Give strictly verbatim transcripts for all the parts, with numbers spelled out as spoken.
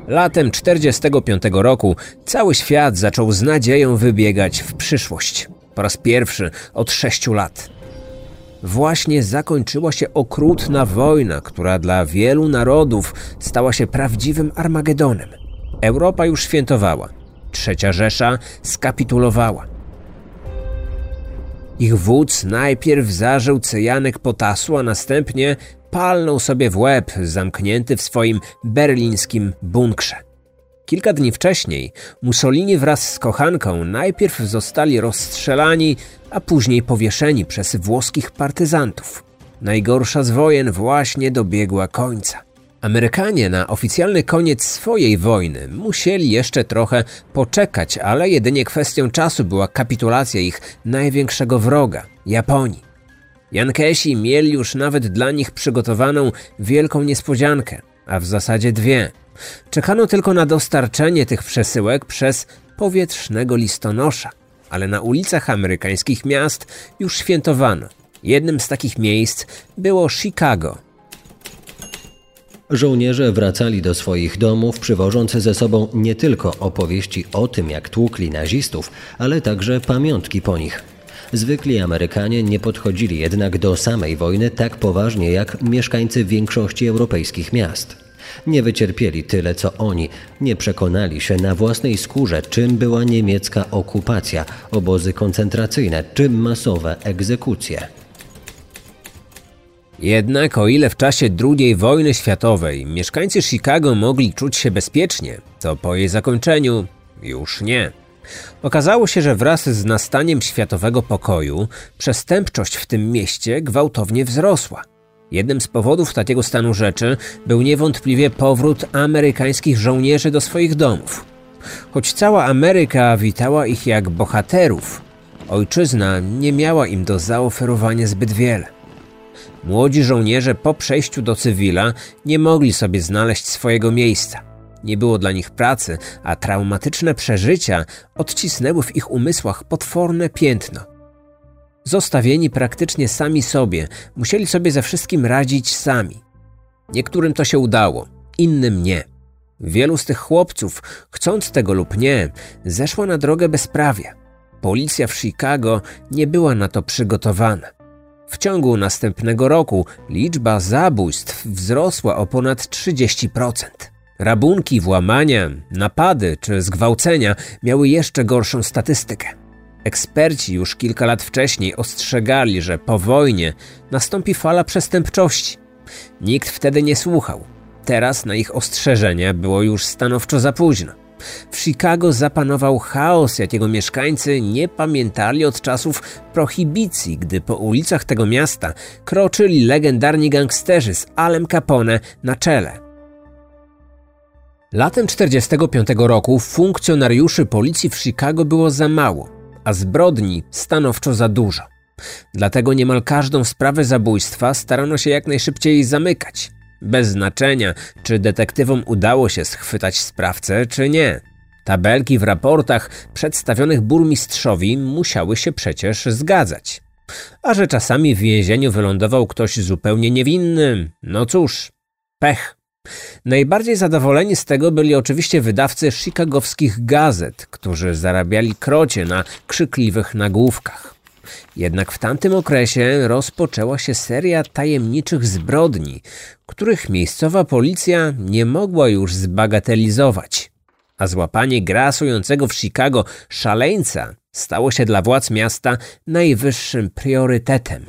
Latem czterdziestego piątego roku cały świat zaczął z nadzieją wybiegać w przyszłość. Po raz pierwszy od sześciu lat. Właśnie zakończyła się okrutna wojna, która dla wielu narodów stała się prawdziwym Armagedonem. Europa już świętowała. Trzecia Rzesza skapitulowała. Ich wódz najpierw zażył cyjanek potasu, a następnie palnął sobie w łeb, zamknięty w swoim berlińskim bunkrze. Kilka dni wcześniej Mussolini wraz z kochanką najpierw zostali rozstrzelani, a później powieszeni przez włoskich partyzantów. Najgorsza z wojen właśnie dobiegła końca. Amerykanie na oficjalny koniec swojej wojny musieli jeszcze trochę poczekać, ale jedynie kwestią czasu była kapitulacja ich największego wroga – Japonii. Jankesi mieli już nawet dla nich przygotowaną wielką niespodziankę, a w zasadzie dwie. Czekano tylko na dostarczenie tych przesyłek przez powietrznego listonosza, ale na ulicach amerykańskich miast już świętowano. Jednym z takich miejsc było Chicago. Żołnierze wracali do swoich domów, przywożąc ze sobą nie tylko opowieści o tym, jak tłukli nazistów, ale także pamiątki po nich. Zwykli Amerykanie nie podchodzili jednak do samej wojny tak poważnie jak mieszkańcy większości europejskich miast. Nie wycierpieli tyle co oni, nie przekonali się na własnej skórze, czym była niemiecka okupacja, obozy koncentracyjne czy masowe egzekucje. Jednak o ile w czasie drugiej wojny światowej mieszkańcy Chicago mogli czuć się bezpiecznie, to po jej zakończeniu już nie. Okazało się, że wraz z nastaniem światowego pokoju przestępczość w tym mieście gwałtownie wzrosła. Jednym z powodów takiego stanu rzeczy był niewątpliwie powrót amerykańskich żołnierzy do swoich domów. Choć cała Ameryka witała ich jak bohaterów, ojczyzna nie miała im do zaoferowania zbyt wiele. Młodzi żołnierze po przejściu do cywila nie mogli sobie znaleźć swojego miejsca. Nie było dla nich pracy, a traumatyczne przeżycia odcisnęły w ich umysłach potworne piętno. Zostawieni praktycznie sami sobie, musieli sobie ze wszystkim radzić sami. Niektórym to się udało, innym nie. Wielu z tych chłopców, chcąc tego lub nie, zeszło na drogę bezprawia. Policja w Chicago nie była na to przygotowana. W ciągu następnego roku liczba zabójstw wzrosła o ponad trzydzieści procent. Rabunki, włamania, napady czy zgwałcenia miały jeszcze gorszą statystykę. Eksperci już kilka lat wcześniej ostrzegali, że po wojnie nastąpi fala przestępczości. Nikt wtedy nie słuchał. Teraz na ich ostrzeżenia było już stanowczo za późno. W Chicago zapanował chaos, jakiego mieszkańcy nie pamiętali od czasów prohibicji, gdy po ulicach tego miasta kroczyli legendarni gangsterzy z Alem Capone na czele. Latem czterdziestego piątego roku funkcjonariuszy policji w Chicago było za mało, a zbrodni stanowczo za dużo. Dlatego niemal każdą sprawę zabójstwa starano się jak najszybciej zamykać. Bez znaczenia, czy detektywom udało się schwytać sprawcę, czy nie. Tabelki w raportach przedstawionych burmistrzowi musiały się przecież zgadzać. A że czasami w więzieniu wylądował ktoś zupełnie niewinny, no cóż, pech. Najbardziej zadowoleni z tego byli oczywiście wydawcy chicagowskich gazet, którzy zarabiali krocie na krzykliwych nagłówkach. Jednak w tamtym okresie rozpoczęła się seria tajemniczych zbrodni, których miejscowa policja nie mogła już zbagatelizować. A złapanie grasującego w Chicago szaleńca stało się dla władz miasta najwyższym priorytetem.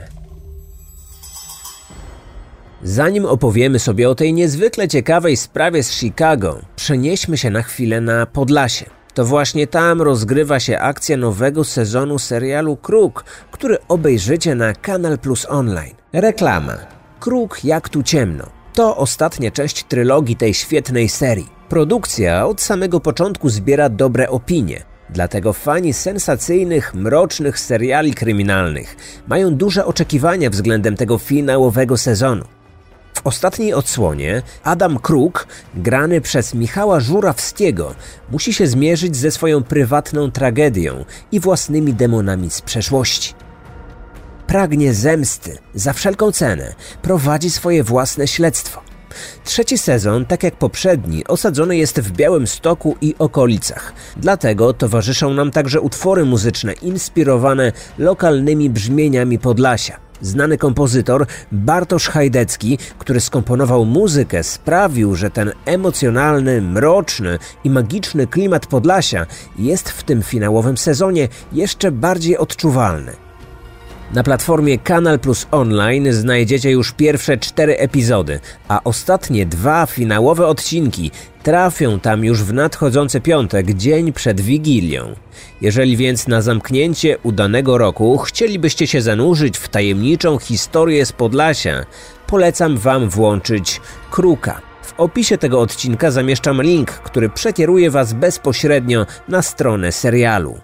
Zanim opowiemy sobie o tej niezwykle ciekawej sprawie z Chicago, przenieśmy się na chwilę na Podlasie. To właśnie tam rozgrywa się akcja nowego sezonu serialu Kruk, który obejrzycie na Kanal Plus Online. Reklama. Kruk jak tu ciemno. To ostatnia część trylogii tej świetnej serii. Produkcja od samego początku zbiera dobre opinie. Dlatego fani sensacyjnych, mrocznych seriali kryminalnych mają duże oczekiwania względem tego finałowego sezonu. W ostatniej odsłonie Adam Kruk, grany przez Michała Żurawskiego, musi się zmierzyć ze swoją prywatną tragedią i własnymi demonami z przeszłości. Pragnie zemsty za wszelką cenę, prowadzi swoje własne śledztwo. Trzeci sezon, tak jak poprzedni, osadzony jest w Białymstoku i okolicach. Dlatego towarzyszą nam także utwory muzyczne inspirowane lokalnymi brzmieniami Podlasia. Znany kompozytor Bartosz Hajdecki, który skomponował muzykę, sprawił, że ten emocjonalny, mroczny i magiczny klimat Podlasia jest w tym finałowym sezonie jeszcze bardziej odczuwalny. Na platformie Kanal Plus Online znajdziecie już pierwsze cztery epizody, a ostatnie dwa finałowe odcinki trafią tam już w nadchodzący piątek, dzień przed Wigilią. Jeżeli więc na zamknięcie udanego roku chcielibyście się zanurzyć w tajemniczą historię z Podlasia, polecam Wam włączyć Kruka. W opisie tego odcinka zamieszczam link, który przekieruje Was bezpośrednio na stronę serialu.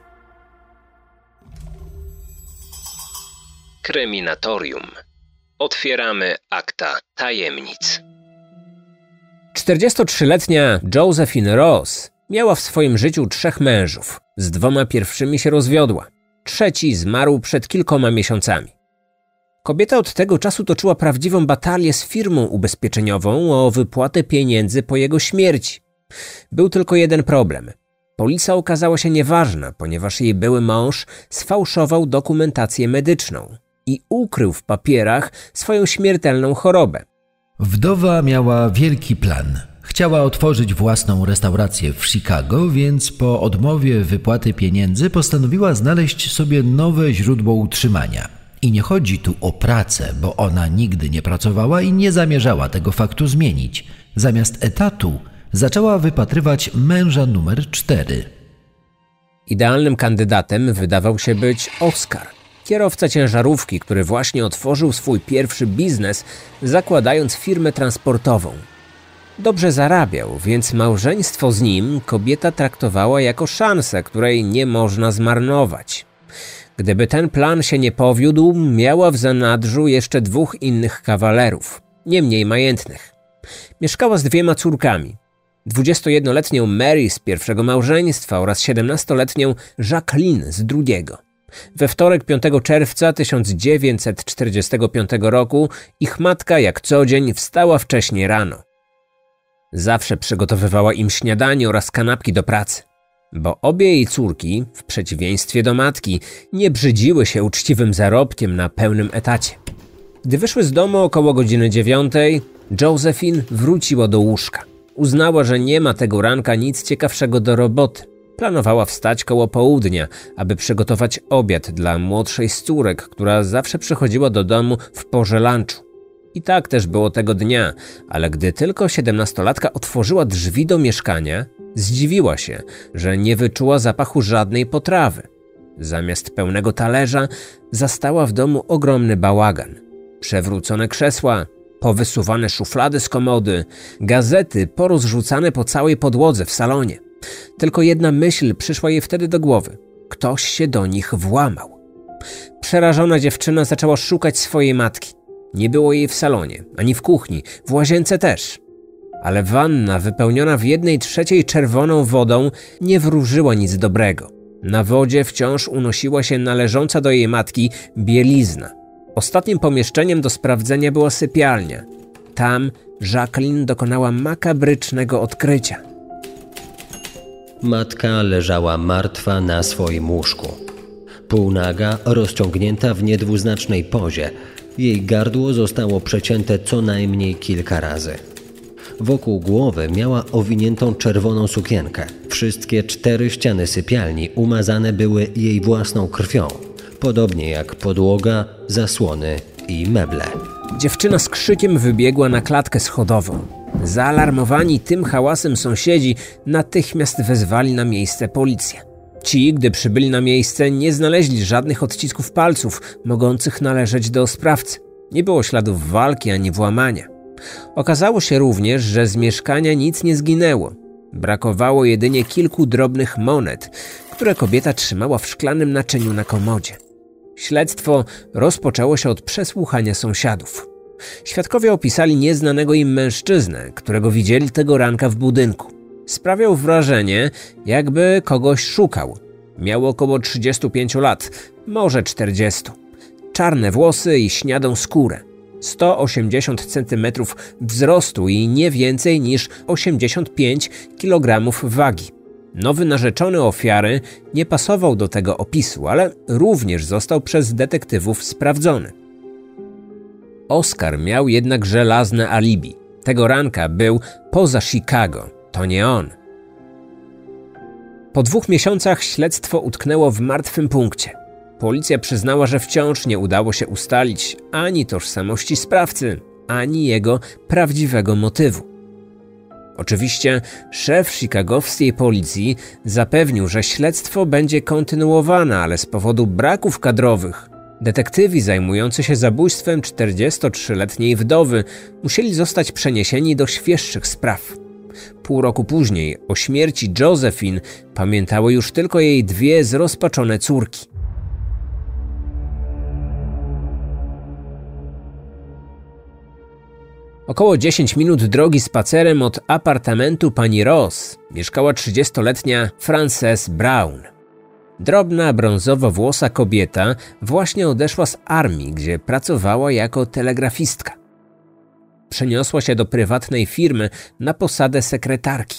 Kryminatorium. Otwieramy akta tajemnic. czterdziestotrzyletnia Josephine Ross miała w swoim życiu trzech mężów. Z dwoma pierwszymi się rozwiodła. Trzeci zmarł przed kilkoma miesiącami. Kobieta od tego czasu toczyła prawdziwą batalię z firmą ubezpieczeniową o wypłatę pieniędzy po jego śmierci. Był tylko jeden problem. Polisa okazała się nieważna, ponieważ jej były mąż sfałszował dokumentację medyczną i ukrył w papierach swoją śmiertelną chorobę. Wdowa miała wielki plan. Chciała otworzyć własną restaurację w Chicago, więc po odmowie wypłaty pieniędzy postanowiła znaleźć sobie nowe źródło utrzymania. I nie chodzi tu o pracę, bo ona nigdy nie pracowała i nie zamierzała tego faktu zmienić. Zamiast etatu zaczęła wypatrywać męża numer cztery. Idealnym kandydatem wydawał się być Oskar, kierowca ciężarówki, który właśnie otworzył swój pierwszy biznes, zakładając firmę transportową. Dobrze zarabiał, więc małżeństwo z nim kobieta traktowała jako szansę, której nie można zmarnować. Gdyby ten plan się nie powiódł, miała w zanadrzu jeszcze dwóch innych kawalerów, nie mniej majętnych. Mieszkała z dwiema córkami. dwudziestojednoletnią Mary z pierwszego małżeństwa oraz siedemnastoletnią Jacqueline z drugiego. We wtorek piątego czerwca tysiąc dziewięćset czterdziestego piątego roku ich matka jak co dzień wstała wcześnie rano. Zawsze przygotowywała im śniadanie oraz kanapki do pracy, bo obie jej córki, w przeciwieństwie do matki, nie brzydziły się uczciwym zarobkiem na pełnym etacie. Gdy wyszły z domu około godziny dziewiątej, Josephine wróciła do łóżka. Uznała, że nie ma tego ranka nic ciekawszego do roboty. Planowała wstać koło południa, aby przygotować obiad dla młodszej z córek, która zawsze przychodziła do domu w porze lunchu. I tak też było tego dnia, ale gdy tylko siedemnastolatka otworzyła drzwi do mieszkania, zdziwiła się, że nie wyczuła zapachu żadnej potrawy. Zamiast pełnego talerza zastała w domu ogromny bałagan. Przewrócone krzesła, powysuwane szuflady z komody, gazety porozrzucane po całej podłodze w salonie. Tylko jedna myśl przyszła jej wtedy do głowy. Ktoś się do nich włamał. Przerażona dziewczyna zaczęła szukać swojej matki. Nie było jej w salonie, ani w kuchni, w łazience też. Ale wanna wypełniona w jednej trzeciej czerwoną wodą nie wróżyła nic dobrego. Na wodzie wciąż unosiła się należąca do jej matki bielizna. Ostatnim pomieszczeniem do sprawdzenia była sypialnia. Tam Jacqueline dokonała makabrycznego odkrycia. Matka leżała martwa na swoim łóżku. Półnaga, rozciągnięta w niedwuznacznej pozie. Jej gardło zostało przecięte co najmniej kilka razy. Wokół głowy miała owiniętą czerwoną sukienkę. Wszystkie cztery ściany sypialni umazane były jej własną krwią. Podobnie jak podłoga, zasłony i meble. Dziewczyna z krzykiem wybiegła na klatkę schodową. Zaalarmowani tym hałasem sąsiedzi natychmiast wezwali na miejsce policję. Ci, gdy przybyli na miejsce, nie znaleźli żadnych odcisków palców mogących należeć do sprawcy. Nie było śladów walki ani włamania. Okazało się również, że z mieszkania nic nie zginęło. Brakowało jedynie kilku drobnych monet, które kobieta trzymała w szklanym naczyniu na komodzie. Śledztwo rozpoczęło się od przesłuchania sąsiadów. Świadkowie opisali nieznanego im mężczyznę, którego widzieli tego ranka w budynku. Sprawiał wrażenie, jakby kogoś szukał. Miał około trzydziestu pięciu lat, może czterdziestu. Czarne włosy i śniadą skórę. sto osiemdziesiąt centymetrów wzrostu i nie więcej niż osiemdziesiąt pięć kilogramów wagi. Nowy narzeczony ofiary nie pasował do tego opisu, ale również został przez detektywów sprawdzony. Oscar miał jednak żelazne alibi. Tego ranka był poza Chicago. To nie on. Po dwóch miesiącach śledztwo utknęło w martwym punkcie. Policja przyznała, że wciąż nie udało się ustalić ani tożsamości sprawcy, ani jego prawdziwego motywu. Oczywiście szef chicagowskiej policji zapewnił, że śledztwo będzie kontynuowane, ale z powodu braków kadrowych detektywi zajmujący się zabójstwem czterdziestotrzyletniej wdowy musieli zostać przeniesieni do świeższych spraw. Pół roku później o śmierci Josephine pamiętały już tylko jej dwie zrozpaczone córki. Około dziesięć minut drogi spacerem od apartamentu pani Ross mieszkała trzydziestoletnia Frances Brown. Drobna, brązowo-włosa kobieta właśnie odeszła z armii, gdzie pracowała jako telegrafistka. Przeniosła się do prywatnej firmy na posadę sekretarki.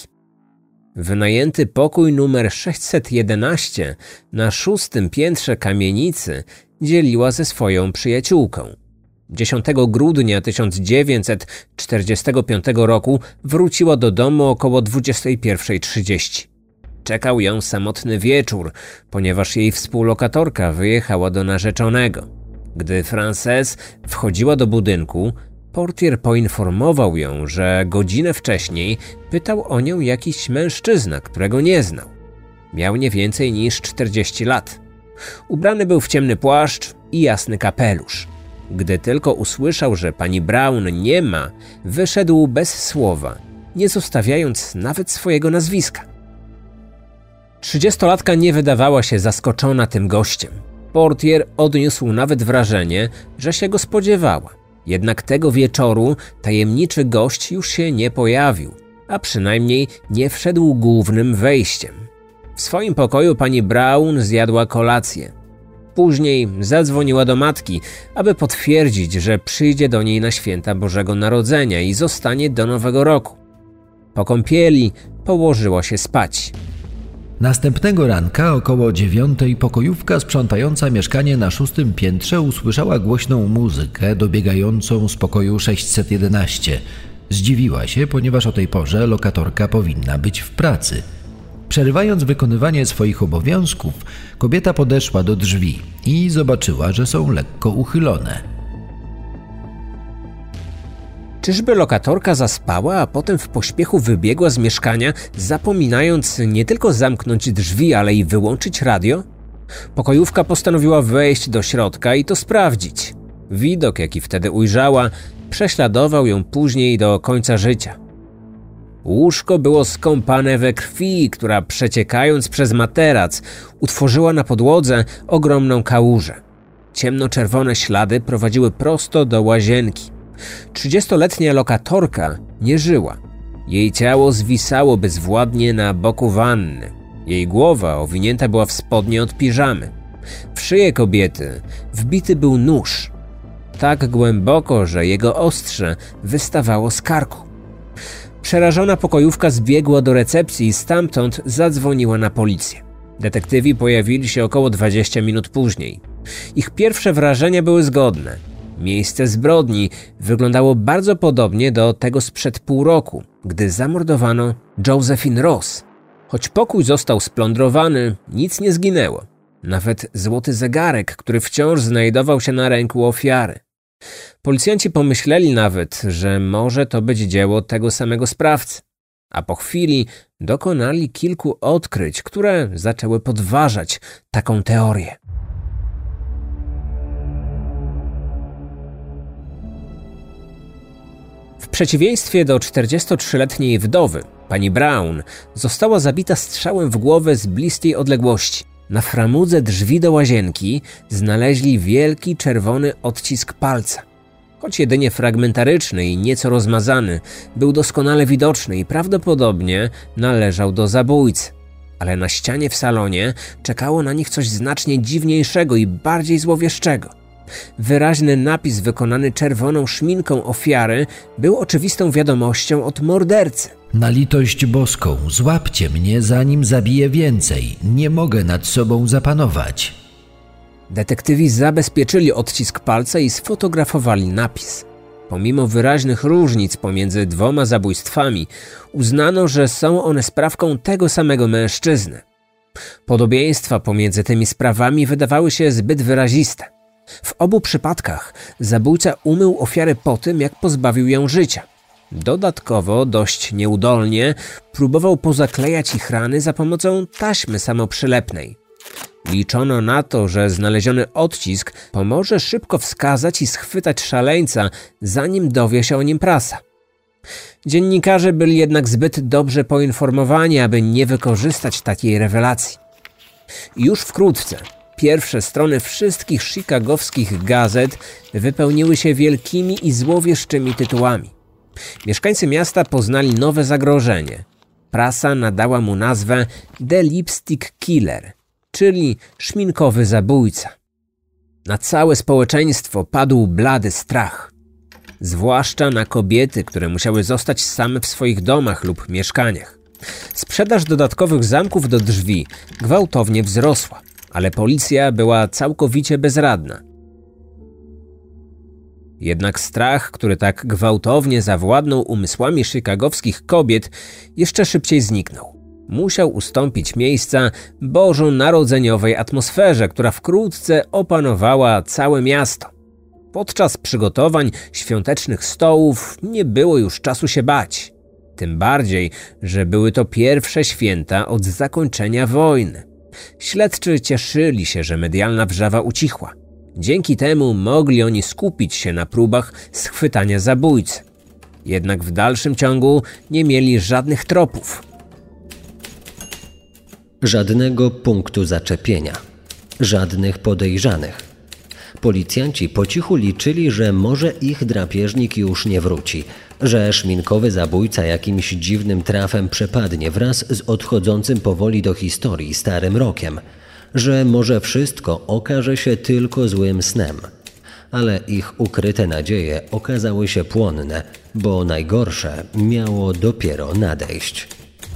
Wynajęty pokój numer sześćset jedenaście na szóstym piętrze kamienicy dzieliła ze swoją przyjaciółką. dziesiątego grudnia tysiąc dziewięćset czterdziestego piątego roku wróciła do domu około dwudziestej pierwszej trzydzieści. Czekał ją samotny wieczór, ponieważ jej współlokatorka wyjechała do narzeczonego. Gdy Frances wchodziła do budynku, portier poinformował ją, że godzinę wcześniej pytał o nią jakiś mężczyzna, którego nie znał. Miał nie więcej niż czterdzieści lat. Ubrany był w ciemny płaszcz i jasny kapelusz. Gdy tylko usłyszał, że pani Brown nie ma, wyszedł bez słowa, nie zostawiając nawet swojego nazwiska. Trzydziestolatka nie wydawała się zaskoczona tym gościem. Portier odniósł nawet wrażenie, że się go spodziewała. Jednak tego wieczoru tajemniczy gość już się nie pojawił, a przynajmniej nie wszedł głównym wejściem. W swoim pokoju pani Brown zjadła kolację. Później zadzwoniła do matki, aby potwierdzić, że przyjdzie do niej na święta Bożego Narodzenia i zostanie do Nowego Roku. Po kąpieli położyła się spać. Następnego ranka około dziewiątej pokojówka sprzątająca mieszkanie na szóstym piętrze usłyszała głośną muzykę dobiegającą z pokoju sześćset jedenaście. Zdziwiła się, ponieważ o tej porze lokatorka powinna być w pracy. Przerywając wykonywanie swoich obowiązków, kobieta podeszła do drzwi i zobaczyła, że są lekko uchylone. Czyżby lokatorka zaspała, a potem w pośpiechu wybiegła z mieszkania, zapominając nie tylko zamknąć drzwi, ale i wyłączyć radio? Pokojówka postanowiła wejść do środka i to sprawdzić. Widok, jaki wtedy ujrzała, prześladował ją później do końca życia. Łóżko było skąpane we krwi, która przeciekając przez materac utworzyła na podłodze ogromną kałużę. Ciemnoczerwone ślady prowadziły prosto do łazienki. Trzydziestoletnia lokatorka nie żyła. Jej ciało zwisało bezwładnie na boku wanny. Jej głowa owinięta była w spodnie od piżamy. W szyję kobiety wbity był nóż. Tak głęboko, że jego ostrze wystawało z karku. Przerażona pokojówka zbiegła do recepcji i stamtąd zadzwoniła na policję. Detektywi pojawili się około dwadzieścia minut później. Ich pierwsze wrażenia były zgodne. Miejsce zbrodni wyglądało bardzo podobnie do tego sprzed pół roku, gdy zamordowano Josephine Ross. Choć pokój został splądrowany, nic nie zginęło. Nawet złoty zegarek, który wciąż znajdował się na ręku ofiary. Policjanci pomyśleli nawet, że może to być dzieło tego samego sprawcy. A po chwili dokonali kilku odkryć, które zaczęły podważać taką teorię. W przeciwieństwie do czterdziestotrzyletniej wdowy, pani Brown została zabita strzałem w głowę z bliskiej odległości. Na framudze drzwi do łazienki znaleźli wielki czerwony odcisk palca. Choć jedynie fragmentaryczny i nieco rozmazany, był doskonale widoczny i prawdopodobnie należał do zabójcy. Ale na ścianie w salonie czekało na nich coś znacznie dziwniejszego i bardziej złowieszczego. Wyraźny napis wykonany czerwoną szminką ofiary był oczywistą wiadomością od mordercy. Na litość boską, złapcie mnie, zanim zabiję więcej. Nie mogę nad sobą zapanować. Detektywi zabezpieczyli odcisk palca i sfotografowali napis. Pomimo wyraźnych różnic pomiędzy dwoma zabójstwami, uznano, że są one sprawką tego samego mężczyzny. Podobieństwa pomiędzy tymi sprawami wydawały się zbyt wyraziste. W obu przypadkach zabójca umył ofiarę po tym, jak pozbawił ją życia. Dodatkowo, dość nieudolnie, próbował pozaklejać ich rany za pomocą taśmy samoprzylepnej. Liczono na to, że znaleziony odcisk pomoże szybko wskazać i schwytać szaleńca, zanim dowie się o nim prasa. Dziennikarze byli jednak zbyt dobrze poinformowani, aby nie wykorzystać takiej rewelacji. Już wkrótce pierwsze strony wszystkich chicagowskich gazet wypełniły się wielkimi i złowieszczymi tytułami. Mieszkańcy miasta poznali nowe zagrożenie. Prasa nadała mu nazwę The Lipstick Killer, czyli szminkowy zabójca. Na całe społeczeństwo padł blady strach. Zwłaszcza na kobiety, które musiały zostać same w swoich domach lub mieszkaniach. Sprzedaż dodatkowych zamków do drzwi gwałtownie wzrosła, ale policja była całkowicie bezradna. Jednak strach, który tak gwałtownie zawładnął umysłami chicagowskich kobiet, jeszcze szybciej zniknął. Musiał ustąpić miejsca bożonarodzeniowej atmosferze, która wkrótce opanowała całe miasto. Podczas przygotowań świątecznych stołów nie było już czasu się bać. Tym bardziej, że były to pierwsze święta od zakończenia wojny. Śledczy cieszyli się, że medialna wrzawa ucichła. Dzięki temu mogli oni skupić się na próbach schwytania zabójcy. Jednak w dalszym ciągu nie mieli żadnych tropów. Żadnego punktu zaczepienia. Żadnych podejrzanych. Policjanci po cichu liczyli, że może ich drapieżnik już nie wróci, że szminkowy zabójca jakimś dziwnym trafem przepadnie wraz z odchodzącym powoli do historii starym rokiem, że może wszystko okaże się tylko złym snem. Ale ich ukryte nadzieje okazały się płonne, bo najgorsze miało dopiero nadejść.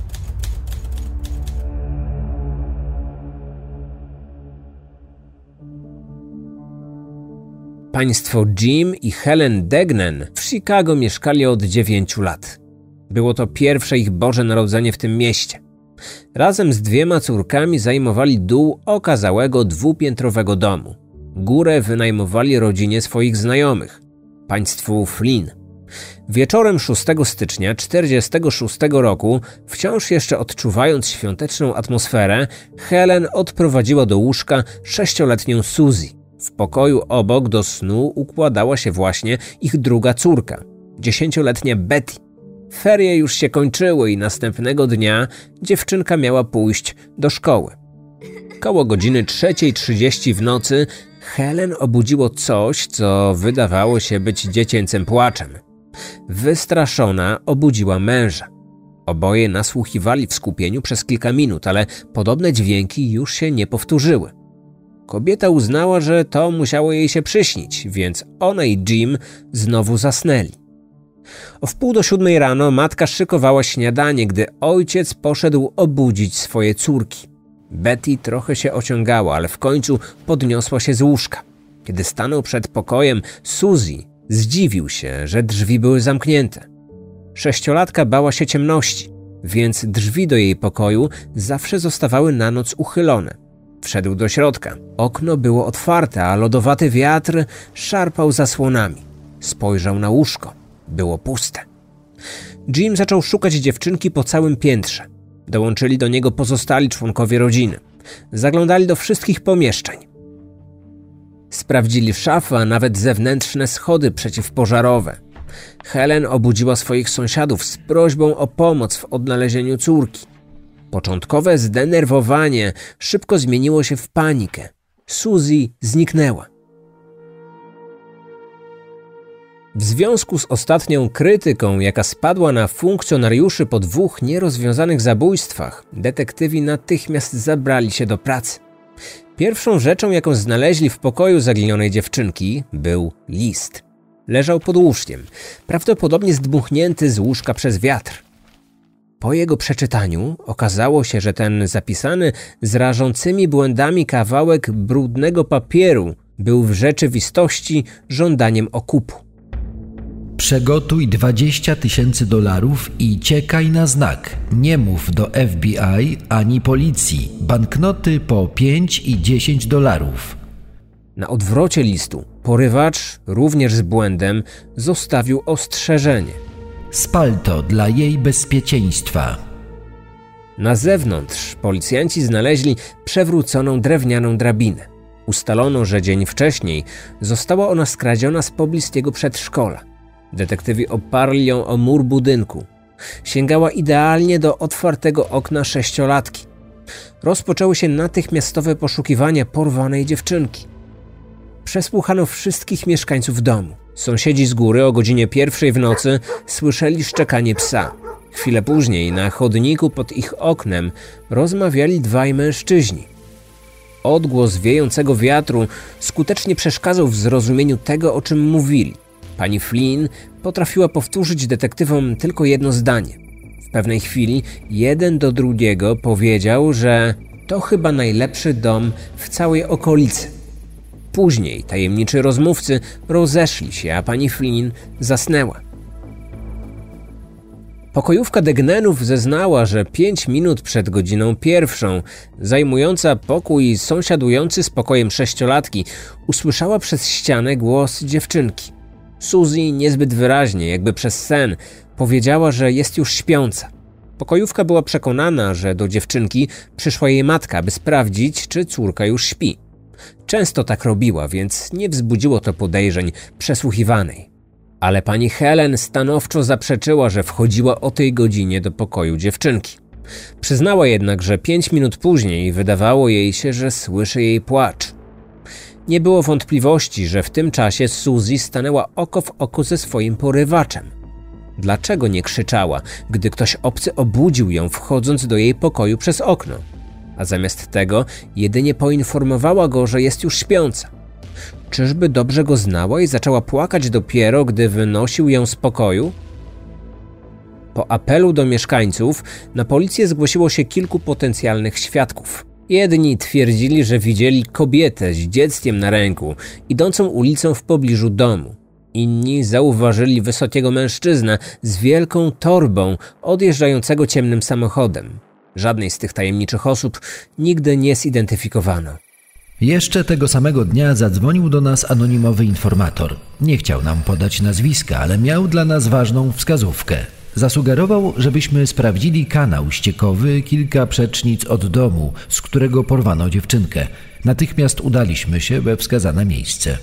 Państwo Jim i Helen Degnan w Chicago mieszkali od dziewięciu lat. Było to pierwsze ich Boże Narodzenie w tym mieście. Razem z dwiema córkami zajmowali dół okazałego dwupiętrowego domu. Górę wynajmowali rodzinie swoich znajomych, państwu Flynn. Wieczorem szóstego stycznia czterdziestego szóstego roku, wciąż jeszcze odczuwając świąteczną atmosferę, Helen odprowadziła do łóżka sześcioletnią Suzy. W pokoju obok do snu układała się właśnie ich druga córka, dziesięcioletnia Betty. Ferie już się kończyły i następnego dnia dziewczynka miała pójść do szkoły. Koło godziny trzeciej trzydzieści w nocy Helen obudziło coś, co wydawało się być dziecięcym płaczem. Wystraszona obudziła męża. Oboje nasłuchiwali w skupieniu przez kilka minut, ale podobne dźwięki już się nie powtórzyły. Kobieta uznała, że to musiało jej się przyśnić, więc ona i Jim znowu zasnęli. O wpół do siódmej rano matka szykowała śniadanie, gdy ojciec poszedł obudzić swoje córki. Betty trochę się ociągała, ale w końcu podniosła się z łóżka. Kiedy stanął przed pokojem Suzy, zdziwił się, że drzwi były zamknięte. Sześciolatka bała się ciemności, więc drzwi do jej pokoju zawsze zostawały na noc uchylone. Wszedł do środka. Okno było otwarte, a lodowaty wiatr szarpał zasłonami. Spojrzał na łóżko. Było puste. Jim zaczął szukać dziewczynki po całym piętrze. Dołączyli do niego pozostali członkowie rodziny. Zaglądali do wszystkich pomieszczeń. Sprawdzili szafy, a nawet zewnętrzne schody przeciwpożarowe. Helen obudziła swoich sąsiadów z prośbą o pomoc w odnalezieniu córki. Początkowe zdenerwowanie szybko zmieniło się w panikę. Suzy zniknęła. W związku z ostatnią krytyką, jaka spadła na funkcjonariuszy po dwóch nierozwiązanych zabójstwach, detektywi natychmiast zabrali się do pracy. Pierwszą rzeczą, jaką znaleźli w pokoju zaginionej dziewczynki, był list. Leżał pod łóżkiem, prawdopodobnie zdmuchnięty z łóżka przez wiatr. Po jego przeczytaniu okazało się, że ten zapisany z rażącymi błędami kawałek brudnego papieru był w rzeczywistości żądaniem okupu. Przegotuj dwadzieścia tysięcy dolarów i ciekaj na znak. Nie mów do F B I ani policji. Banknoty po pięć i dziesięć dolarów. Na odwrocie listu porywacz, również z błędem, zostawił ostrzeżenie. Spal to dla jej bezpieczeństwa. Na zewnątrz policjanci znaleźli przewróconą drewnianą drabinę. Ustalono, że dzień wcześniej została ona skradziona z pobliskiego przedszkola. Detektywi oparli ją o mur budynku. Sięgała idealnie do otwartego okna sześciolatki. Rozpoczęły się natychmiastowe poszukiwania porwanej dziewczynki. Przesłuchano wszystkich mieszkańców domu. Sąsiedzi z góry o godzinie pierwszej w nocy słyszeli szczekanie psa. Chwilę później na chodniku pod ich oknem rozmawiali dwaj mężczyźni. Odgłos wiejącego wiatru skutecznie przeszkadzał w zrozumieniu tego, o czym mówili. Pani Flynn potrafiła powtórzyć detektywom tylko jedno zdanie. W pewnej chwili jeden do drugiego powiedział, że to chyba najlepszy dom w całej okolicy. Później tajemniczy rozmówcy rozeszli się, a pani Flynn zasnęła. Pokojówka Degnenów zeznała, że pięć minut przed godziną pierwszą, zajmująca pokój sąsiadujący z pokojem sześciolatki, usłyszała przez ścianę głos dziewczynki. Suzy niezbyt wyraźnie, jakby przez sen, powiedziała, że jest już śpiąca. Pokojówka była przekonana, że do dziewczynki przyszła jej matka, by sprawdzić, czy córka już śpi. Często tak robiła, więc nie wzbudziło to podejrzeń przesłuchiwanej. Ale pani Helen stanowczo zaprzeczyła, że wchodziła o tej godzinie do pokoju dziewczynki. Przyznała jednak, że pięć minut później wydawało jej się, że słyszy jej płacz. Nie było wątpliwości, że w tym czasie Suzy stanęła oko w oko ze swoim porywaczem. Dlaczego nie krzyczała, gdy ktoś obcy obudził ją, wchodząc do jej pokoju przez okno? A zamiast tego jedynie poinformowała go, że jest już śpiąca. Czyżby dobrze go znała i zaczęła płakać dopiero, gdy wynosił ją z pokoju? Po apelu do mieszkańców na policję zgłosiło się kilku potencjalnych świadków. Jedni twierdzili, że widzieli kobietę z dzieckiem na ręku, idącą ulicą w pobliżu domu. Inni zauważyli wysokiego mężczyznę z wielką torbą odjeżdżającego ciemnym samochodem. Żadnej z tych tajemniczych osób nigdy nie zidentyfikowano. Jeszcze tego samego dnia zadzwonił do nas anonimowy informator. Nie chciał nam podać nazwiska, ale miał dla nas ważną wskazówkę. Zasugerował, żebyśmy sprawdzili kanał ściekowy kilka przecznic od domu, z którego porwano dziewczynkę. Natychmiast udaliśmy się we wskazane miejsce.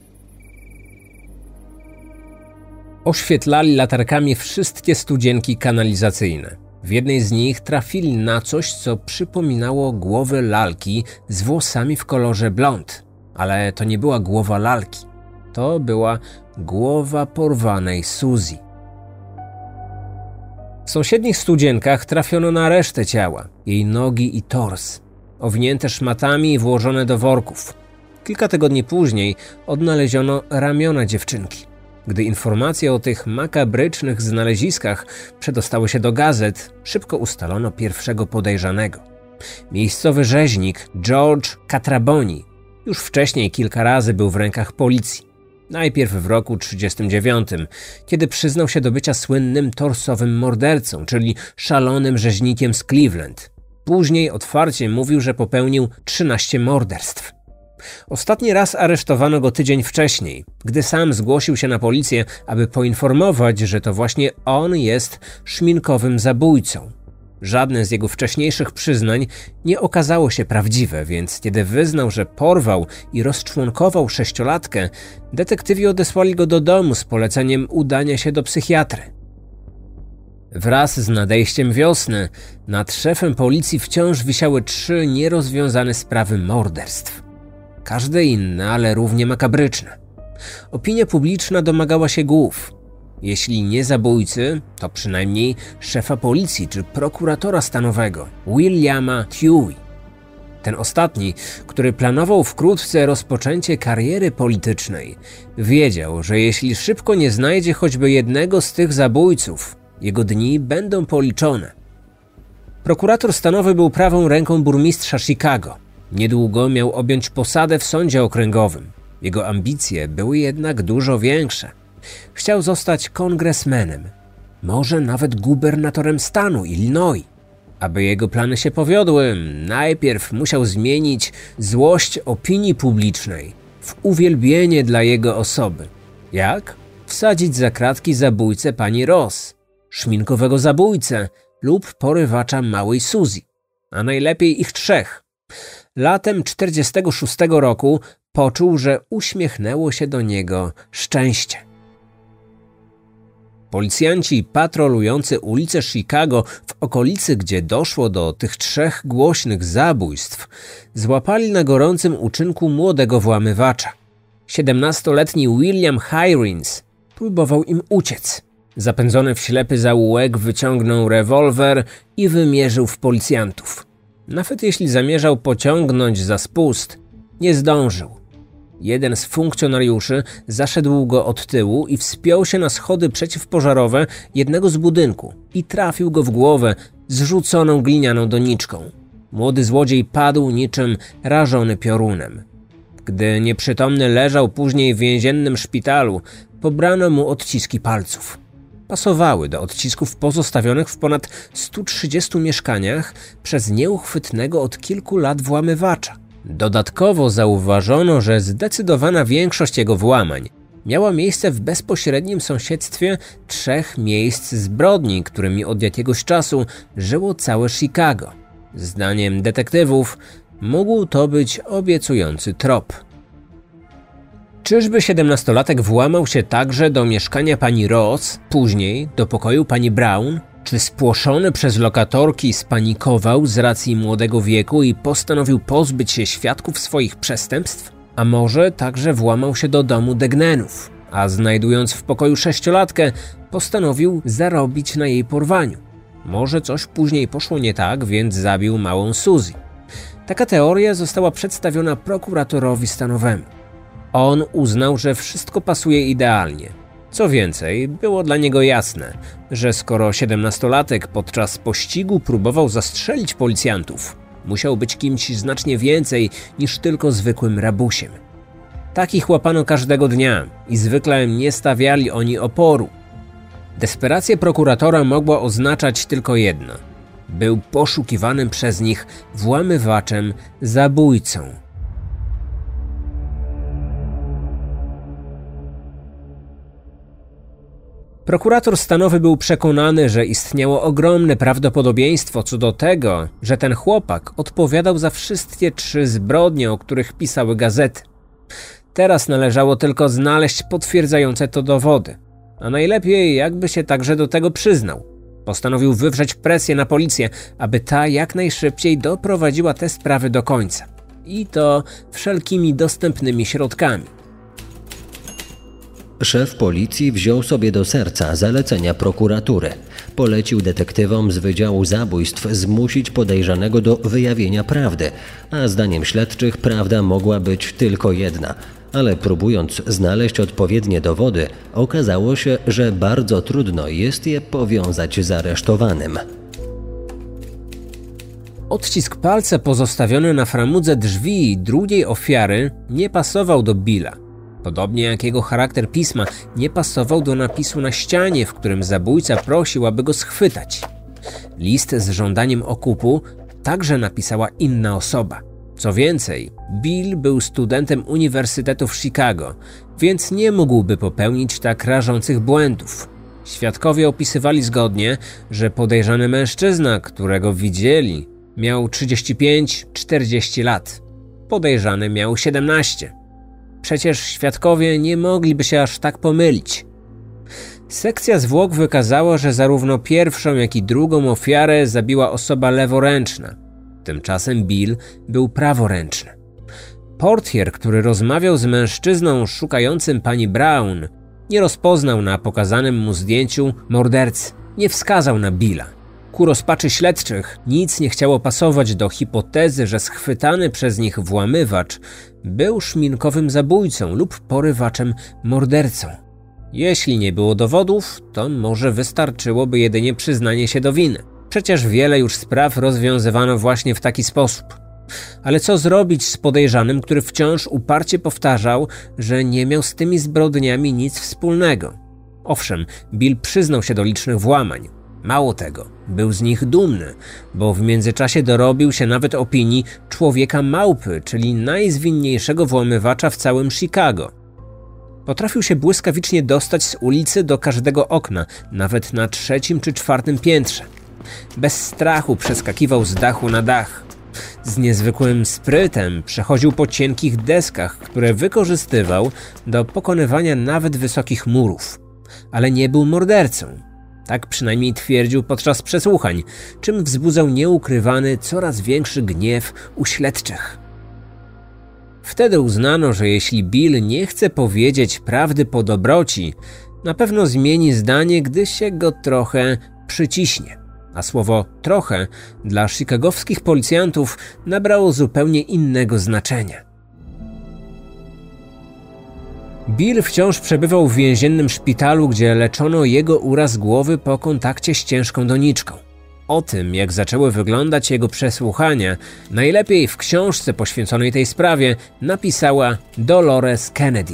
Oświetlali latarkami wszystkie studzienki kanalizacyjne. W jednej z nich trafili na coś, co przypominało głowę lalki z włosami w kolorze blond. Ale to nie była głowa lalki. To była głowa porwanej Suzy. W sąsiednich studzienkach trafiono na resztę ciała, jej nogi i tors, owinięte szmatami i włożone do worków. Kilka tygodni później odnaleziono ramiona dziewczynki. Gdy informacje o tych makabrycznych znaleziskach przedostały się do gazet, szybko ustalono pierwszego podejrzanego. Miejscowy rzeźnik George Catraboni już wcześniej kilka razy był w rękach policji. Najpierw w roku trzydziestym dziewiątym, kiedy przyznał się do bycia słynnym torsowym mordercą, czyli szalonym rzeźnikiem z Cleveland. Później otwarcie mówił, że popełnił trzynaście morderstw. Ostatni raz aresztowano go tydzień wcześniej, gdy sam zgłosił się na policję, aby poinformować, że to właśnie on jest szminkowym zabójcą. Żadne z jego wcześniejszych przyznań nie okazało się prawdziwe, więc kiedy wyznał, że porwał i rozczłonkował sześciolatkę, detektywi odesłali go do domu z poleceniem udania się do psychiatry. Wraz z nadejściem wiosny nad szefem policji wciąż wisiały trzy nierozwiązane sprawy morderstw. Każde inne, ale równie makabryczne. Opinia publiczna domagała się głów. Jeśli nie zabójcy, to przynajmniej szefa policji czy prokuratora stanowego, Williama Huey. Ten ostatni, który planował wkrótce rozpoczęcie kariery politycznej, wiedział, że jeśli szybko nie znajdzie choćby jednego z tych zabójców, jego dni będą policzone. Prokurator stanowy był prawą ręką burmistrza Chicago. Niedługo miał objąć posadę w sądzie okręgowym. Jego ambicje były jednak dużo większe. Chciał zostać kongresmenem, może nawet gubernatorem stanu Illinois. Aby jego plany się powiodły, najpierw musiał zmienić złość opinii publicznej w uwielbienie dla jego osoby. Jak? Wsadzić za kratki zabójcę pani Ross, szminkowego zabójcę lub porywacza małej Suzy, a najlepiej ich trzech. Latem czterdziestego szóstego roku poczuł, że uśmiechnęło się do niego szczęście. Policjanci patrolujący ulice Chicago w okolicy, gdzie doszło do tych trzech głośnych zabójstw, złapali na gorącym uczynku młodego włamywacza. siedemnastoletni William Heirens próbował im uciec. Zapędzony w ślepy zaułek wyciągnął rewolwer i wymierzył w policjantów. Nawet jeśli zamierzał pociągnąć za spust, nie zdążył. Jeden z funkcjonariuszy zaszedł go od tyłu i wspiął się na schody przeciwpożarowe jednego z budynku i trafił go w głowę zrzuconą glinianą doniczką. Młody złodziej padł niczym rażony piorunem. Gdy nieprzytomny leżał później w więziennym szpitalu, pobrano mu odciski palców. Pasowały do odcisków pozostawionych w ponad stu trzydziestu mieszkaniach przez nieuchwytnego od kilku lat włamywacza. Dodatkowo zauważono, że zdecydowana większość jego włamań miała miejsce w bezpośrednim sąsiedztwie trzech miejsc zbrodni, którymi od jakiegoś czasu żyło całe Chicago. Zdaniem detektywów mógł to być obiecujący trop. Czyżby siedemnastolatek włamał się także do mieszkania pani Ross, później do pokoju pani Brown? Czy spłoszony przez lokatorki spanikował z racji młodego wieku i postanowił pozbyć się świadków swoich przestępstw? A może także włamał się do domu Degnenów, a znajdując w pokoju sześciolatkę, postanowił zarobić na jej porwaniu? Może coś później poszło nie tak, więc zabił małą Suzy. Taka teoria została przedstawiona prokuratorowi stanowemu. On uznał, że wszystko pasuje idealnie. Co więcej, było dla niego jasne, że skoro siedemnastolatek podczas pościgu próbował zastrzelić policjantów, musiał być kimś znacznie więcej niż tylko zwykłym rabusiem. Takich łapano każdego dnia i zwykle nie stawiali oni oporu. Desperacja prokuratora mogła oznaczać tylko jedno. Był poszukiwanym przez nich włamywaczem, zabójcą. Prokurator stanowy był przekonany, że istniało ogromne prawdopodobieństwo co do tego, że ten chłopak odpowiadał za wszystkie trzy zbrodnie, o których pisały gazety. Teraz należało tylko znaleźć potwierdzające to dowody, a najlepiej jakby się także do tego przyznał. Postanowił wywrzeć presję na policję, aby ta jak najszybciej doprowadziła te sprawy do końca. I to wszelkimi dostępnymi środkami. Szef policji wziął sobie do serca zalecenia prokuratury. Polecił detektywom z Wydziału Zabójstw zmusić podejrzanego do wyjawienia prawdy, a zdaniem śledczych prawda mogła być tylko jedna. Ale próbując znaleźć odpowiednie dowody, okazało się, że bardzo trudno jest je powiązać z aresztowanym. Odcisk palca pozostawiony na framudze drzwi drugiej ofiary nie pasował do Billa. Podobnie jak jego charakter pisma nie pasował do napisu na ścianie, w którym zabójca prosił, aby go schwytać. List z żądaniem okupu także napisała inna osoba. Co więcej, Bill był studentem Uniwersytetu w Chicago, więc nie mógłby popełnić tak rażących błędów. Świadkowie opisywali zgodnie, że podejrzany mężczyzna, którego widzieli, miał trzydzieści pięć czterdzieści lat. Podejrzany miał siedemnaście. Przecież świadkowie nie mogliby się aż tak pomylić. Sekcja zwłok wykazała, że zarówno pierwszą, jak i drugą ofiarę zabiła osoba leworęczna. Tymczasem Bill był praworęczny. Portier, który rozmawiał z mężczyzną szukającym pani Brown, nie rozpoznał na pokazanym mu zdjęciu mordercy, nie wskazał na Billa. Ku rozpaczy śledczych nic nie chciało pasować do hipotezy, że schwytany przez nich włamywacz był szminkowym zabójcą lub porywaczem mordercą. Jeśli nie było dowodów, to może wystarczyłoby jedynie przyznanie się do winy. Przecież wiele już spraw rozwiązywano właśnie w taki sposób. Ale co zrobić z podejrzanym, który wciąż uparcie powtarzał, że nie miał z tymi zbrodniami nic wspólnego? Owszem, Bill przyznał się do licznych włamań. Mało tego, był z nich dumny, bo w międzyczasie dorobił się nawet opinii człowieka małpy, czyli najzwinniejszego włamywacza w całym Chicago. Potrafił się błyskawicznie dostać z ulicy do każdego okna, nawet na trzecim czy czwartym piętrze. Bez strachu przeskakiwał z dachu na dach. Z niezwykłym sprytem przechodził po cienkich deskach, które wykorzystywał do pokonywania nawet wysokich murów. Ale nie był mordercą. Tak przynajmniej twierdził podczas przesłuchań, czym wzbudzał nieukrywany, coraz większy gniew u śledczych. Wtedy uznano, że jeśli Bill nie chce powiedzieć prawdy po dobroci, na pewno zmieni zdanie, gdy się go trochę przyciśnie. A słowo trochę dla chicagowskich policjantów nabrało zupełnie innego znaczenia. Bill wciąż przebywał w więziennym szpitalu, gdzie leczono jego uraz głowy po kontakcie z ciężką doniczką. O tym, jak zaczęły wyglądać jego przesłuchania, najlepiej w książce poświęconej tej sprawie napisała Dolores Kennedy.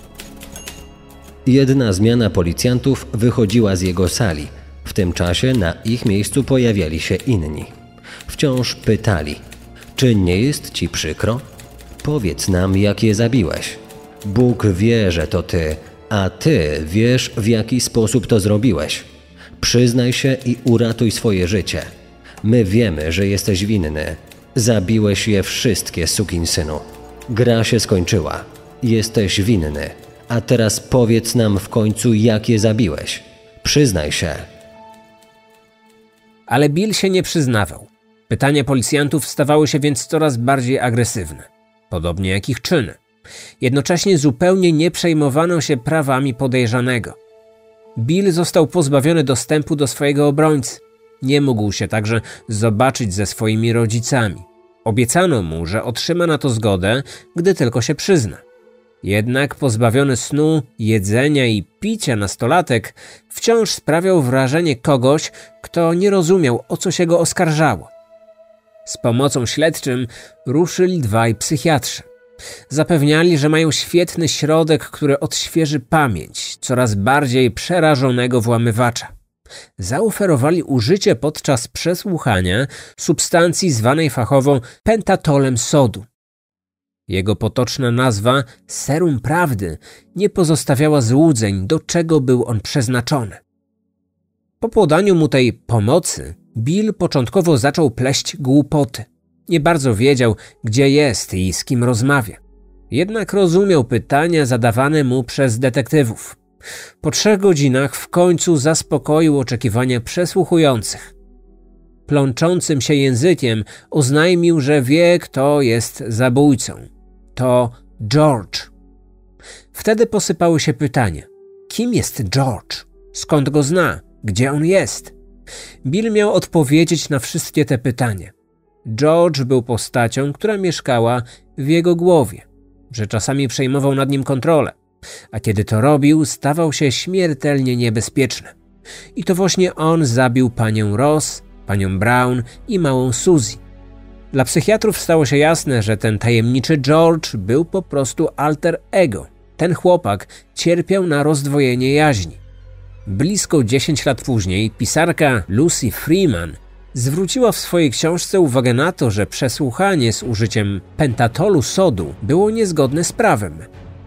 Jedna zmiana policjantów wychodziła z jego sali. W tym czasie na ich miejscu pojawiali się inni. Wciąż pytali: czy nie jest ci przykro? Powiedz nam, jak je zabiłeś. Bóg wie, że to ty, a ty wiesz, w jaki sposób to zrobiłeś. Przyznaj się i uratuj swoje życie. My wiemy, że jesteś winny. Zabiłeś je wszystkie, sukinsynu. Gra się skończyła. Jesteś winny. A teraz powiedz nam w końcu, jak je zabiłeś. Przyznaj się. Ale Bill się nie przyznawał. Pytania policjantów stawały się więc coraz bardziej agresywne. Podobnie jak ich czyny. Jednocześnie zupełnie nie przejmowano się prawami podejrzanego. Bill został pozbawiony dostępu do swojego obrońcy. Nie mógł się także zobaczyć ze swoimi rodzicami. Obiecano mu, że otrzyma na to zgodę, gdy tylko się przyzna. Jednak pozbawiony snu, jedzenia i picia nastolatek wciąż sprawiał wrażenie kogoś, kto nie rozumiał, o co się go oskarżało. Z pomocą śledczym ruszyli dwaj psychiatrzy. Zapewniali, że mają świetny środek, który odświeży pamięć coraz bardziej przerażonego włamywacza. Zaoferowali użycie podczas przesłuchania substancji zwanej fachowo pentatolem sodu. Jego potoczna nazwa, serum prawdy, nie pozostawiała złudzeń, do czego był on przeznaczony. Po podaniu mu tej pomocy, Bill początkowo zaczął pleść głupoty. Nie bardzo wiedział, gdzie jest i z kim rozmawia. Jednak rozumiał pytania zadawane mu przez detektywów. Po trzech godzinach w końcu zaspokoił oczekiwania przesłuchujących. Plączącym się językiem oznajmił, że wie, kto jest zabójcą. To George. Wtedy posypały się pytania. Kim jest George? Skąd go zna? Gdzie on jest? Bill miał odpowiedzieć na wszystkie te pytania. George był postacią, która mieszkała w jego głowie, że czasami przejmował nad nim kontrolę, a kiedy to robił, stawał się śmiertelnie niebezpieczny. I to właśnie on zabił panią Ross, panią Brown i małą Suzy. Dla psychiatrów stało się jasne, że ten tajemniczy George był po prostu alter ego. Ten chłopak cierpiał na rozdwojenie jaźni. Blisko dziesięć lat później pisarka Lucy Freeman zwróciła w swojej książce uwagę na to, że przesłuchanie z użyciem pentatolu sodu było niezgodne z prawem.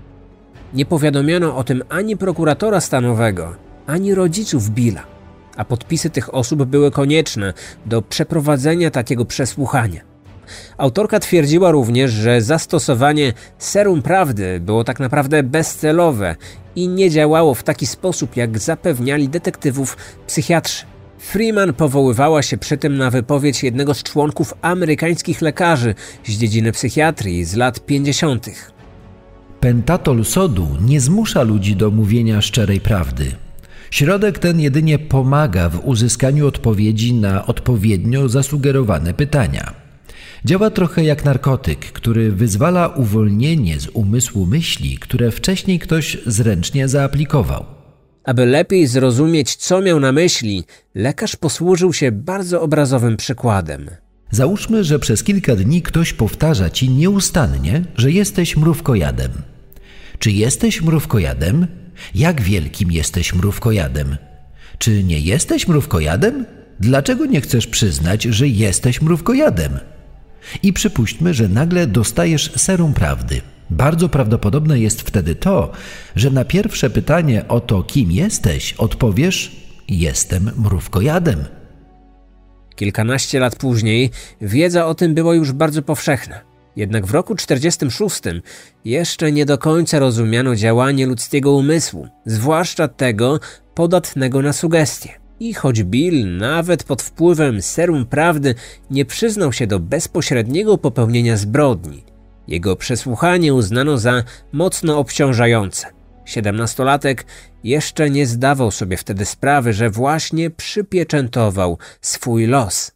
Nie powiadomiono o tym ani prokuratora stanowego, ani rodziców Billa, a podpisy tych osób były konieczne do przeprowadzenia takiego przesłuchania. Autorka twierdziła również, że zastosowanie serum prawdy było tak naprawdę bezcelowe i nie działało w taki sposób, jak zapewniali detektywów psychiatrzy. Freeman powoływała się przy tym na wypowiedź jednego z członków amerykańskich lekarzy z dziedziny psychiatrii z lat pięćdziesiątych. Pentatol sodu nie zmusza ludzi do mówienia szczerej prawdy. Środek ten jedynie pomaga w uzyskaniu odpowiedzi na odpowiednio zasugerowane pytania. Działa trochę jak narkotyk, który wyzwala uwolnienie z umysłu myśli, które wcześniej ktoś zręcznie zaaplikował. Aby lepiej zrozumieć, co miał na myśli, lekarz posłużył się bardzo obrazowym przykładem. Załóżmy, że przez kilka dni ktoś powtarza ci nieustannie, że jesteś mrówkojadem. Czy jesteś mrówkojadem? Jak wielkim jesteś mrówkojadem? Czy nie jesteś mrówkojadem? Dlaczego nie chcesz przyznać, że jesteś mrówkojadem? I przypuśćmy, że nagle dostajesz serum prawdy. Bardzo prawdopodobne jest wtedy to, że na pierwsze pytanie o to, kim jesteś, odpowiesz: jestem mrówkojadem. Kilkanaście lat później wiedza o tym była już bardzo powszechna. Jednak w roku czterdziestym szóstym jeszcze nie do końca rozumiano działanie ludzkiego umysłu, zwłaszcza tego podatnego na sugestie. I choć Bill nawet pod wpływem serum prawdy nie przyznał się do bezpośredniego popełnienia zbrodni, jego przesłuchanie uznano za mocno obciążające. Siedemnastolatek jeszcze nie zdawał sobie wtedy sprawy, że właśnie przypieczętował swój los.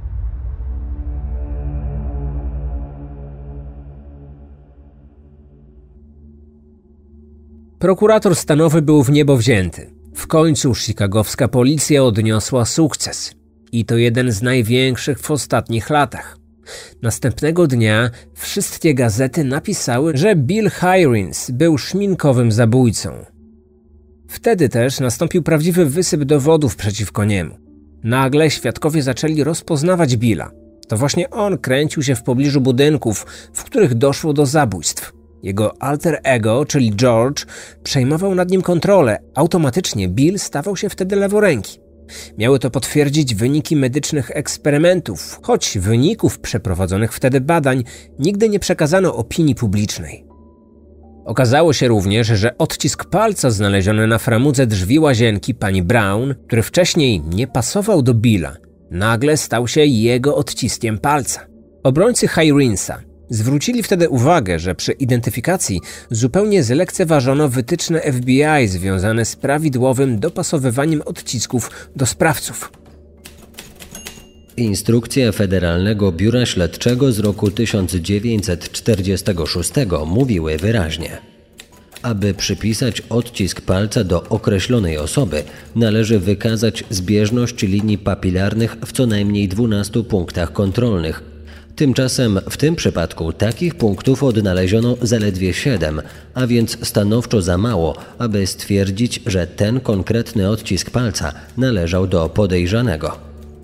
Prokurator stanowy był w niebo wzięty. W końcu chicagowska policja odniosła sukces. I to jeden z największych w ostatnich latach. Następnego dnia wszystkie gazety napisały, że Bill Heirens był szminkowym zabójcą. Wtedy też nastąpił prawdziwy wysyp dowodów przeciwko niemu. Nagle świadkowie zaczęli rozpoznawać Billa. To właśnie on kręcił się w pobliżu budynków, w których doszło do zabójstw. Jego alter ego, czyli George, przejmował nad nim kontrolę. Automatycznie Bill stawał się wtedy leworęki. Miały to potwierdzić wyniki medycznych eksperymentów, choć wyników przeprowadzonych wtedy badań nigdy nie przekazano opinii publicznej. Okazało się również, że odcisk palca znaleziony na framudze drzwi łazienki pani Brown, który wcześniej nie pasował do Billa, nagle stał się jego odciskiem palca. Obrońcy Heirensa zwrócili wtedy uwagę, że przy identyfikacji zupełnie zlekceważono wytyczne F B I związane z prawidłowym dopasowywaniem odcisków do sprawców. Instrukcje Federalnego Biura Śledczego z roku tysiąc dziewięćset czterdziestego szóstego mówiły wyraźnie: aby przypisać odcisk palca do określonej osoby, należy wykazać zbieżność linii papilarnych w co najmniej dwunastu punktach kontrolnych. Tymczasem w tym przypadku takich punktów odnaleziono zaledwie siedem, a więc stanowczo za mało, aby stwierdzić, że ten konkretny odcisk palca należał do podejrzanego.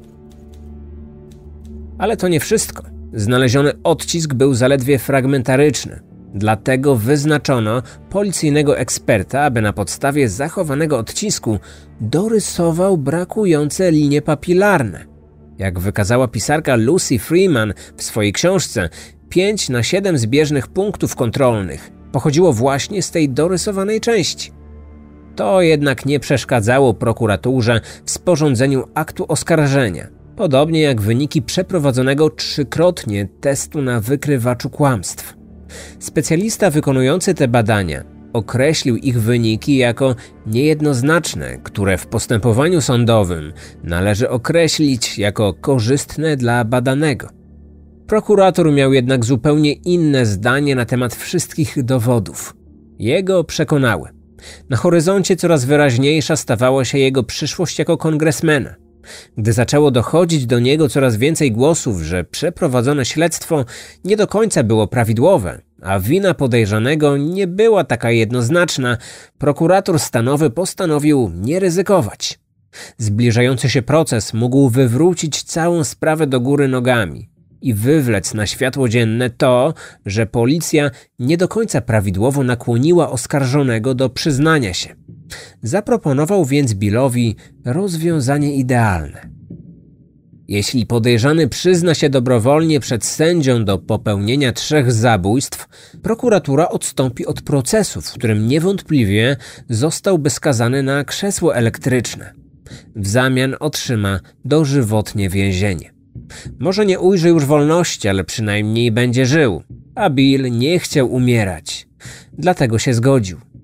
Ale to nie wszystko. Znaleziony odcisk był zaledwie fragmentaryczny. Dlatego wyznaczono policyjnego eksperta, aby na podstawie zachowanego odcisku dorysował brakujące linie papilarne. Jak wykazała pisarka Lucy Freeman w swojej książce, pięć na siedem zbieżnych punktów kontrolnych pochodziło właśnie z tej dorysowanej części. To jednak nie przeszkadzało prokuraturze w sporządzeniu aktu oskarżenia, podobnie jak wyniki przeprowadzonego trzykrotnie testu na wykrywaczu kłamstw. Specjalista wykonujący te badania określił ich wyniki jako niejednoznaczne, które w postępowaniu sądowym należy określić jako korzystne dla badanego. Prokurator miał jednak zupełnie inne zdanie na temat wszystkich dowodów. Jego przekonały. Na horyzoncie coraz wyraźniejsza stawała się jego przyszłość jako kongresmena. Gdy zaczęło dochodzić do niego coraz więcej głosów, że przeprowadzone śledztwo nie do końca było prawidłowe, a wina podejrzanego nie była taka jednoznaczna, prokurator stanowy postanowił nie ryzykować. Zbliżający się proces mógł wywrócić całą sprawę do góry nogami i wywlec na światło dzienne to, że policja nie do końca prawidłowo nakłoniła oskarżonego do przyznania się. Zaproponował więc Billowi rozwiązanie idealne. Jeśli podejrzany przyzna się dobrowolnie przed sędzią do popełnienia trzech zabójstw, prokuratura odstąpi od procesu, w którym niewątpliwie zostałby skazany na krzesło elektryczne. W zamian otrzyma dożywotnie więzienie. Może nie ujrzy już wolności, ale przynajmniej będzie żył, a Bill nie chciał umierać. Dlatego się zgodził.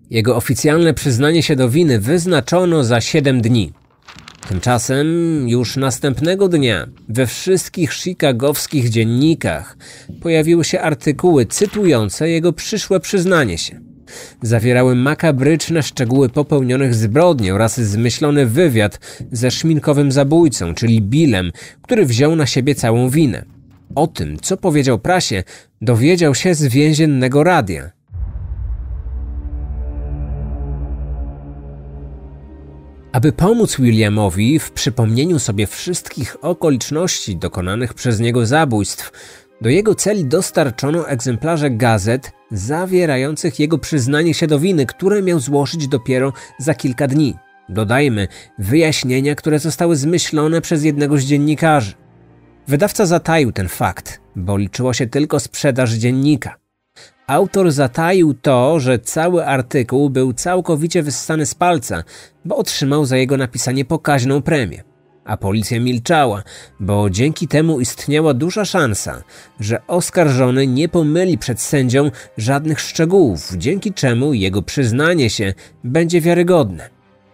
Jego oficjalne przyznanie się do winy wyznaczono za siedem dni. Tymczasem już następnego dnia we wszystkich chicagowskich dziennikach pojawiły się artykuły cytujące jego przyszłe przyznanie się. Zawierały makabryczne szczegóły popełnionych zbrodni oraz zmyślony wywiad ze szminkowym zabójcą, czyli Billem, który wziął na siebie całą winę. O tym, co powiedział prasie, dowiedział się z więziennego radia. Aby pomóc Williamowi w przypomnieniu sobie wszystkich okoliczności dokonanych przez niego zabójstw, do jego celi dostarczono egzemplarze gazet zawierających jego przyznanie się do winy, które miał złożyć dopiero za kilka dni. Dodajmy, wyjaśnienia, które zostały zmyślone przez jednego z dziennikarzy. Wydawca zataił ten fakt, bo liczyło się tylko sprzedaż dziennika. Autor zataił to, że cały artykuł był całkowicie wyssany z palca, bo otrzymał za jego napisanie pokaźną premię. A policja milczała, bo dzięki temu istniała duża szansa, że oskarżony nie pomyli przed sędzią żadnych szczegółów, dzięki czemu jego przyznanie się będzie wiarygodne.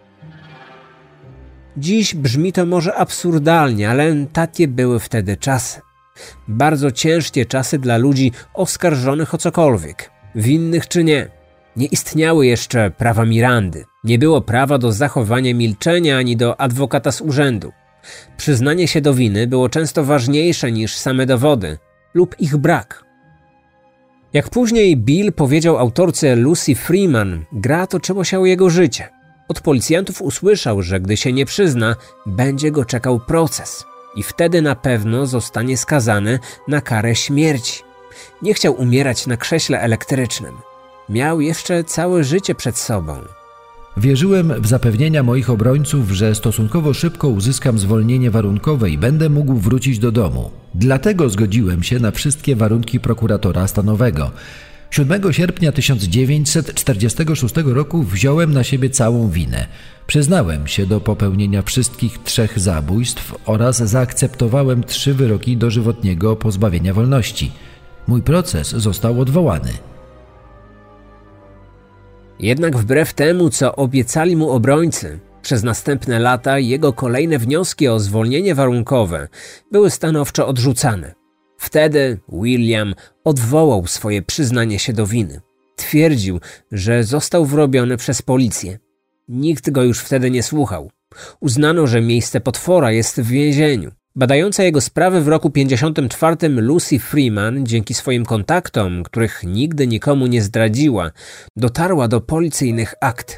Dziś brzmi to może absurdalnie, ale takie były wtedy czasy. Bardzo ciężkie czasy dla ludzi oskarżonych o cokolwiek, winnych czy nie. Nie istniały jeszcze prawa Mirandy, nie było prawa do zachowania milczenia ani do adwokata z urzędu. Przyznanie się do winy było często ważniejsze niż same dowody lub ich brak. Jak później Bill powiedział autorce Lucy Freeman, gra toczyło się o jego życie. Od policjantów usłyszał, że gdy się nie przyzna, będzie go czekał proces i wtedy na pewno zostanie skazany na karę śmierci. Nie chciał umierać na krześle elektrycznym. Miał jeszcze całe życie przed sobą. Wierzyłem w zapewnienia moich obrońców, że stosunkowo szybko uzyskam zwolnienie warunkowe i będę mógł wrócić do domu. Dlatego zgodziłem się na wszystkie warunki prokuratora stanowego. siódmego sierpnia tysiąc dziewięćset czterdziestego szóstego roku wziąłem na siebie całą winę. Przyznałem się do popełnienia wszystkich trzech zabójstw oraz zaakceptowałem trzy wyroki dożywotniego pozbawienia wolności. Mój proces został odwołany. Jednak wbrew temu, co obiecali mu obrońcy, przez następne lata jego kolejne wnioski o zwolnienie warunkowe były stanowczo odrzucane. Wtedy William odwołał swoje przyznanie się do winy. Twierdził, że został wrobiony przez policję. Nikt go już wtedy nie słuchał. Uznano, że miejsce potwora jest w więzieniu. Badająca jego sprawę w roku pięćdziesiątym czwartym Lucy Freeman, dzięki swoim kontaktom, których nigdy nikomu nie zdradziła, dotarła do policyjnych akt.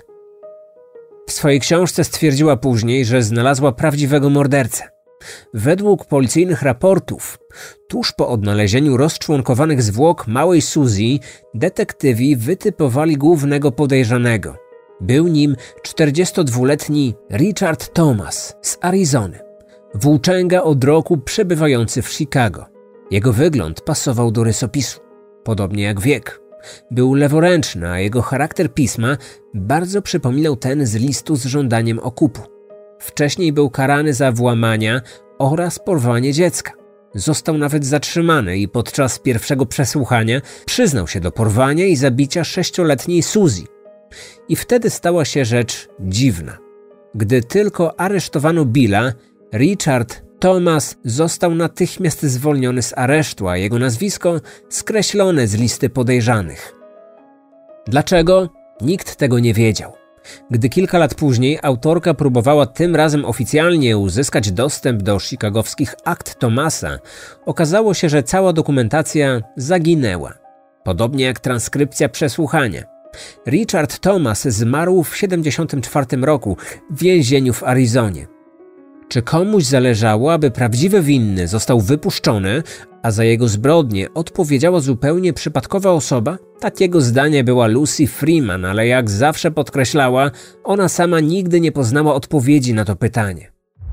W swojej książce stwierdziła później, że znalazła prawdziwego mordercę. Według policyjnych raportów, tuż po odnalezieniu rozczłonkowanych zwłok małej Suzy, detektywi wytypowali głównego podejrzanego. Był nim czterdziestodwuletni Richard Thomas z Arizony, włóczęga od roku przebywający w Chicago. Jego wygląd pasował do rysopisu, podobnie jak wiek. Był leworęczny, a jego charakter pisma bardzo przypominał ten z listu z żądaniem okupu. Wcześniej był karany za włamania oraz porwanie dziecka. Został nawet zatrzymany i podczas pierwszego przesłuchania przyznał się do porwania i zabicia sześcioletniej Suzy. I wtedy stała się rzecz dziwna. Gdy tylko aresztowano Billa, Richard Thomas został natychmiast zwolniony z aresztu, a jego nazwisko skreślone z listy podejrzanych. Dlaczego? Nikt tego nie wiedział. Gdy kilka lat później autorka próbowała tym razem oficjalnie uzyskać dostęp do chicagowskich akt Thomasa, okazało się, że cała dokumentacja zaginęła. Podobnie jak transkrypcja przesłuchania. Richard Thomas zmarł w siedemdziesiątym czwartym roku w więzieniu w Arizonie. Czy komuś zależało, aby prawdziwy winny został wypuszczony, a za jego zbrodnie odpowiedziała zupełnie przypadkowa osoba? Takiego zdania była Lucy Freeman, ale jak zawsze podkreślała, ona sama nigdy nie poznała odpowiedzi na to pytanie.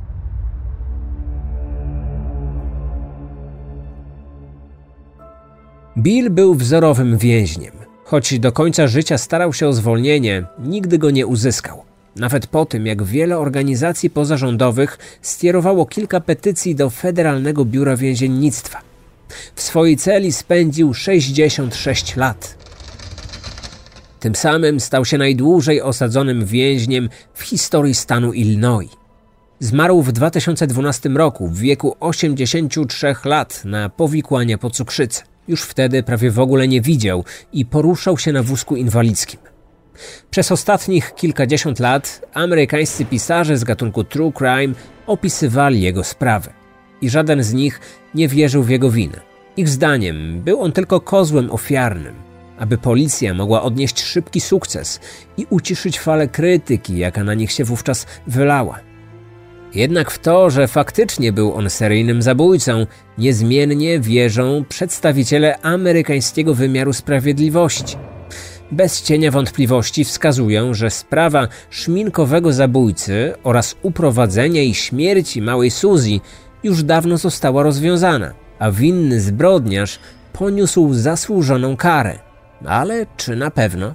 Bill był wzorowym więźniem. Choć do końca życia starał się o zwolnienie, nigdy go nie uzyskał. Nawet po tym, jak wiele organizacji pozarządowych skierowało kilka petycji do Federalnego Biura Więziennictwa. W swojej celi spędził sześćdziesiąt sześć lat. Tym samym stał się najdłużej osadzonym więźniem w historii stanu Illinois. Zmarł w dwa tysiące dwunastym roku w wieku osiemdziesięciu trzech lat na powikłania po cukrzycy. Już wtedy prawie w ogóle nie widział i poruszał się na wózku inwalidzkim. Przez ostatnich kilkadziesiąt lat amerykańscy pisarze z gatunku true crime opisywali jego sprawy i żaden z nich nie wierzył w jego winę. Ich zdaniem był on tylko kozłem ofiarnym, aby policja mogła odnieść szybki sukces i uciszyć falę krytyki, jaka na nich się wówczas wylała. Jednak w to, że faktycznie był on seryjnym zabójcą, niezmiennie wierzą przedstawiciele amerykańskiego wymiaru sprawiedliwości. Bez cienia wątpliwości wskazują, że sprawa szminkowego zabójcy oraz uprowadzenia i śmierci małej Suzy już dawno została rozwiązana, a winny zbrodniarz poniósł zasłużoną karę. Ale czy na pewno?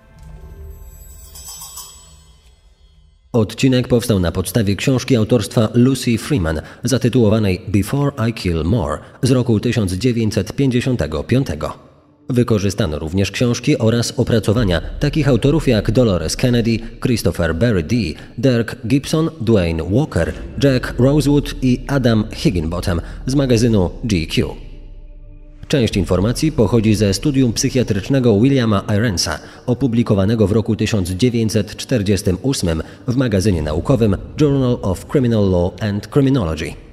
Odcinek powstał na podstawie książki autorstwa Lucy Freeman zatytułowanej Before I Kill More z roku tysiąc dziewięćset pięćdziesiątego piątego. Wykorzystano również książki oraz opracowania takich autorów jak Dolores Kennedy, Christopher Barry Dee, Dirk Gibson, Dwayne Walker, Jack Rosewood i Adam Higginbotham z magazynu G Q. Część informacji pochodzi ze studium psychiatrycznego Williama Irensa, opublikowanego w roku tysiąc dziewięćset czterdziestym ósmym w magazynie naukowym Journal of Criminal Law and Criminology.